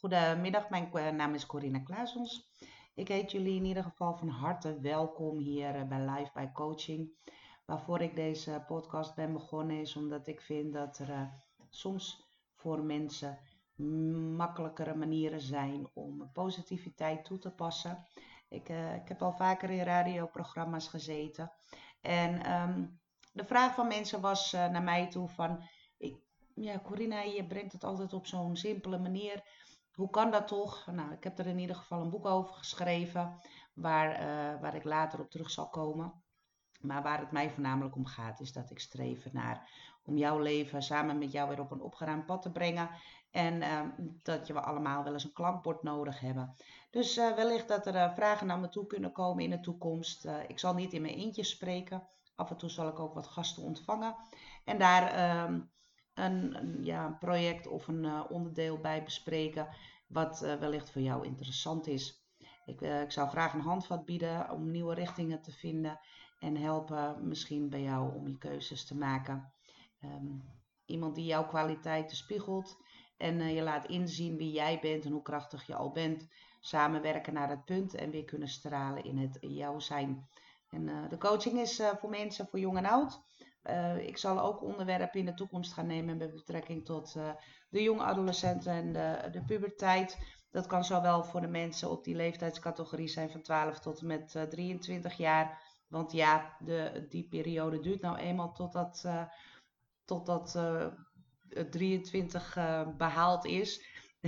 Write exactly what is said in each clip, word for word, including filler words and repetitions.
Goedemiddag, mijn ko- naam is Corina Klaasons. Ik heet jullie in ieder geval van harte welkom hier eh, bij Live by Coaching. Waarvoor ik deze podcast ben begonnen is omdat ik vind dat er eh, soms voor mensen makkelijkere manieren zijn om positiviteit toe te passen. Ik, eh, ik heb al vaker in radioprogramma's gezeten. En ehm, de vraag van mensen was eh, naar mij toe van... Ik, ja, Corina, je brengt het altijd op zo'n simpele manier. Hoe kan dat toch? Nou, ik heb er in ieder geval een boek over geschreven, waar, eh, waar ik later op terug zal komen. Maar waar het mij voornamelijk om gaat, is dat ik streef naar om jouw leven samen met jou weer op een opgeruimd pad te brengen. En uh, dat je we allemaal wel eens een klankbord nodig hebben. Dus uh, wellicht dat er uh, vragen naar me toe kunnen komen in de toekomst. Uh, ik zal niet in mijn eentje spreken. Af en toe zal ik ook wat gasten ontvangen. En daar uh, een, een, ja, een project of een uh, onderdeel bij bespreken. Wat uh, wellicht voor jou interessant is. Ik, uh, ik zou graag een handvat bieden om nieuwe richtingen te vinden. En helpen misschien bij jou om je keuzes te maken. Um, iemand die jouw kwaliteiten spiegelt en uh, je laat inzien wie jij bent en hoe krachtig je al bent. Samenwerken naar dat punt en weer kunnen stralen in het jouw zijn. En uh, de coaching is uh, voor mensen, voor jong en oud. Uh, ik zal ook onderwerpen in de toekomst gaan nemen met betrekking tot uh, de jonge adolescenten en de, de puberteit. Dat kan zowel voor de mensen op die leeftijdscategorie zijn van twaalf tot en met uh, drieëntwintig jaar. Want ja, de, die periode duurt nou eenmaal totdat, uh, totdat uh, drieëntwintig uh, behaald is.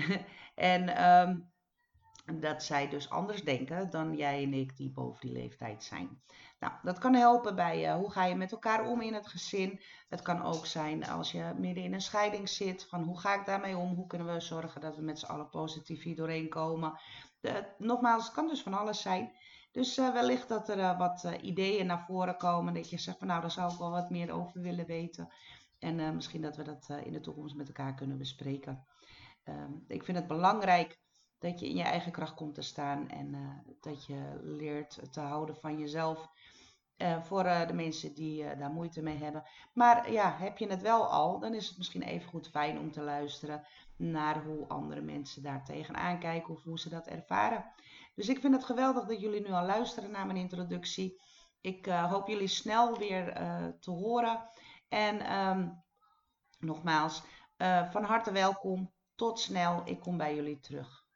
en um, dat zij dus anders denken dan jij en ik die boven die leeftijd zijn. Nou, dat kan helpen bij uh, hoe ga je met elkaar om in het gezin. Het kan ook zijn als je midden in een scheiding zit. Van hoe ga ik daarmee om? Hoe kunnen we zorgen dat we met z'n allen positief hier doorheen komen? De, nogmaals, het kan dus van alles zijn. Dus uh, wellicht dat er uh, wat uh, ideeën naar voren komen. Dat je zegt van nou, daar zou ik wel wat meer over willen weten. En uh, misschien dat we dat uh, in de toekomst met elkaar kunnen bespreken. Um, ik vind het belangrijk dat je in je eigen kracht komt te staan. En uh, dat je leert te houden van jezelf. Uh, voor uh, de mensen die uh, daar moeite mee hebben. Maar ja, heb je het wel al, dan is het misschien even goed fijn om te luisteren naar hoe andere mensen daar tegenaan kijken of hoe ze dat ervaren. Dus ik vind het geweldig dat jullie nu al luisteren naar mijn introductie. Ik uh, hoop jullie snel weer uh, te horen. En um, nogmaals, uh, van harte welkom. Tot snel. Ik kom bij jullie terug.